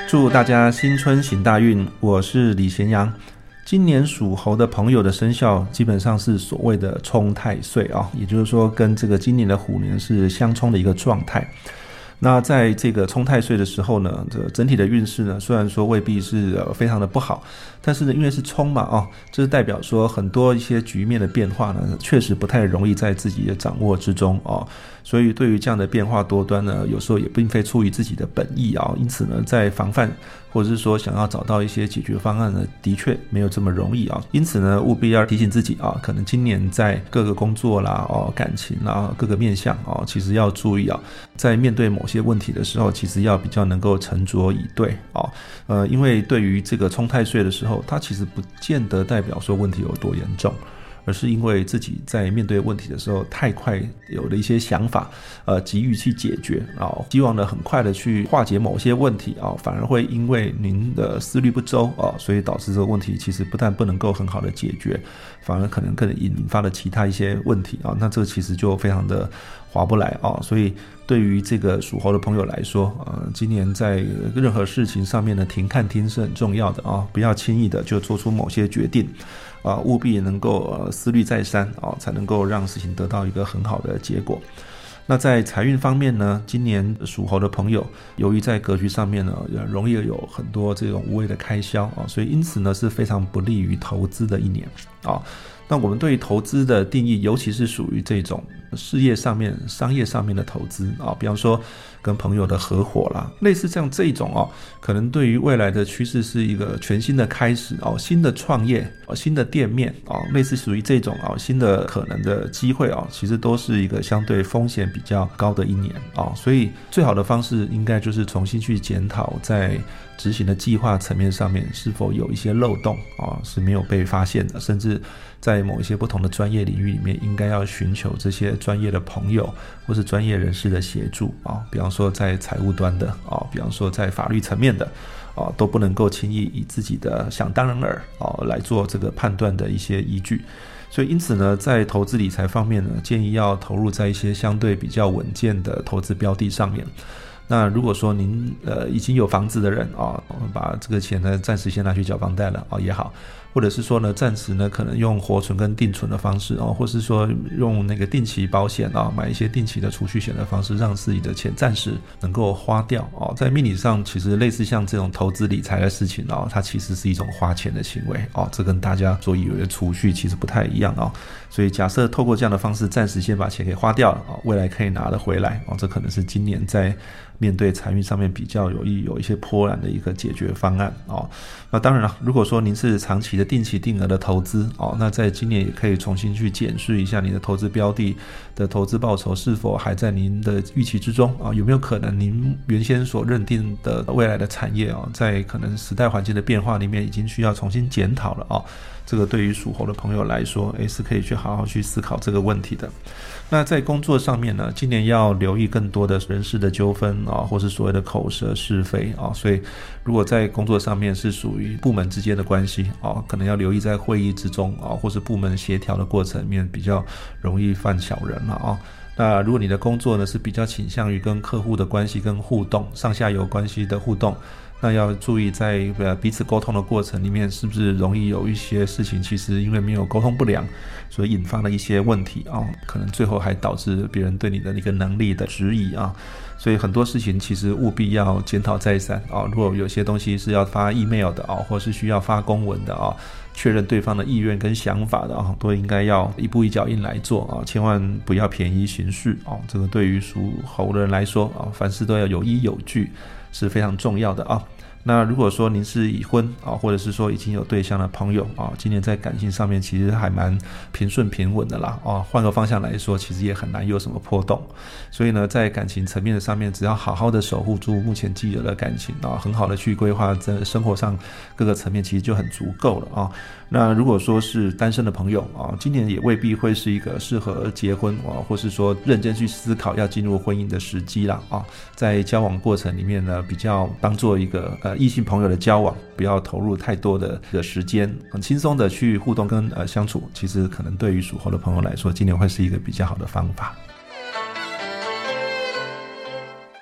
祝大家新春行大运，我是李贤阳。今年属猴的朋友的生肖基本上是所谓的冲太岁也就是说跟这个今年的虎年是相冲的一个状态。那在这个冲太岁的时候呢，这整体的运势呢，虽然说未必是非常的不好，但是呢，因为是冲嘛这是代表说很多一些局面的变化呢，确实不太容易在自己的掌握之中所以对于这样的变化多端呢，有时候也并非出于自己的本意因此呢，在防范或者是说想要找到一些解决方案呢，的确没有这么容易因此呢，务必要提醒自己可能今年在各个工作啦感情啦各个面向其实要注意在面对某些问题的时候，其实要比较能够沉着以对因为对于这个冲太岁的时候，它其实不见得代表说问题有多严重，而是因为自己在面对问题的时候太快有了一些想法急于去解决希望呢很快的去化解某些问题反而会因为您的思虑不周所以导致这个问题其实不但不能够很好的解决，反而可能更引发了其他一些问题那这个其实就非常的划不来所以对于这个属猴的朋友来说今年在任何事情上面的停看听是很重要的不要轻易的就做出某些决定务必能够思虑再三才能够让事情得到一个很好的结果。那在财运方面呢，今年属猴的朋友由于在格局上面呢容易有很多这种无谓的开销所以因此呢是非常不利于投资的一年那我们对于投资的定义，尤其是属于这种事业上面商业上面的投资比方说跟朋友的合伙啦，类似这样这种可能对于未来的趋势是一个全新的开始新的创业新的店面类似属于这种新的可能的机会其实都是一个相对风险比较高的一年所以最好的方式应该就是重新去检讨在执行的计划层面上面是否有一些漏洞是没有被发现的，甚至在某一些不同的专业领域里面应该要寻求这些专业的朋友或是专业人士的协助比方说在财务端的比方说在法律层面的都不能够轻易以自己的想当然耳来做这个判断的一些依据。所以因此呢，在投资理财方面呢，建议要投入在一些相对比较稳健的投资标的上面。那如果说您已经有房子的人把这个钱呢暂时先拿去缴房贷了也好，或者是说呢暂时呢可能用活存跟定存的方式或是说用那个定期保险买一些定期的储蓄险的方式，让自己的钱暂时能够花掉在命理上其实类似像这种投资理财的事情它其实是一种花钱的行为这跟大家所以为的储蓄其实不太一样所以假设透过这样的方式暂时先把钱给花掉了未来可以拿得回来这可能是今年在面对财运上面比较有一些波澜的一个解决方案那当然了，如果说您是长期的定期定额的投资那在今年也可以重新去检视一下你的投资标的的投资报酬是否还在您的预期之中有没有可能您原先所认定的未来的产业在可能时代环境的变化里面已经需要重新检讨了这个对于属猴的朋友来说是可以去好好去思考这个问题的。那在工作上面呢，今年要留意更多的人事的纠纷或是所谓的口舌是非所以如果在工作上面是属于部门之间的关系可能要留意在会议之中或是部门协调的过程里面比较容易犯小人了那如果你的工作呢是比较倾向于跟客户的关系跟互动上下游关系的互动，那要注意在彼此沟通的过程里面是不是容易有一些事情其实因为没有沟通不良所以引发了一些问题可能最后还导致别人对你的一个能力的质疑所以很多事情其实务必要检讨再三如果有些东西是要发 email 的或是需要发公文的确认对方的意愿跟想法的都应该要一步一脚印来做千万不要便宜行事这个对于属猴的人来说凡事都要有依有据是非常重要的那如果说您是已婚或者是说已经有对象的朋友今年在感情上面其实还蛮平顺平稳的啦换个方向来说其实也很难有什么波动，所以呢在感情层面的上面只要好好的守护住目前既有的感情很好的去规划在生活上各个层面其实就很足够了那如果说是单身的朋友今年也未必会是一个适合结婚或是说认真去思考要进入婚姻的时机啦在交往过程里面呢比较当做一个异性朋友的交往，不要投入太多的时间，很轻松的去互动跟相处，其实可能对于属猴的朋友来说今年会是一个比较好的方法。